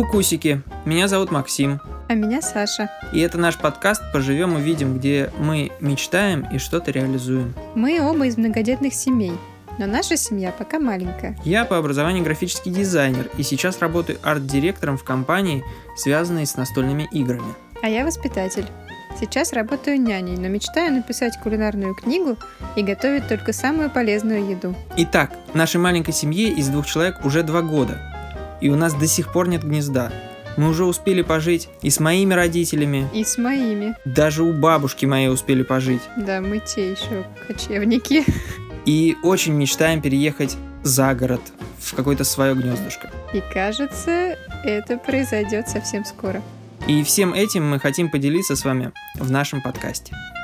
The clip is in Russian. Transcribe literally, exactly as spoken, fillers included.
кукусики, меня зовут Максим. А меня Саша. И это наш подкаст «Поживем увидим», где мы мечтаем и что-то реализуем. Мы оба из многодетных семей, но наша семья пока маленькая. Я по образованию графический дизайнер и сейчас работаю арт-директором в компании, связанной с настольными играми. А я воспитатель. Сейчас работаю няней, но мечтаю написать кулинарную книгу и готовить только самую полезную еду. Итак, нашей маленькой семье из двух человек уже два года, и у нас до сих пор нет гнезда. Мы уже успели пожить и с моими родителями, И с моими. даже у бабушки моей успели пожить. Да, мы те еще кочевники. И очень мечтаем переехать за город, в какое-то свое гнездышко. И кажется, это произойдет совсем скоро. И всем этим мы хотим поделиться с вами в нашем подкасте.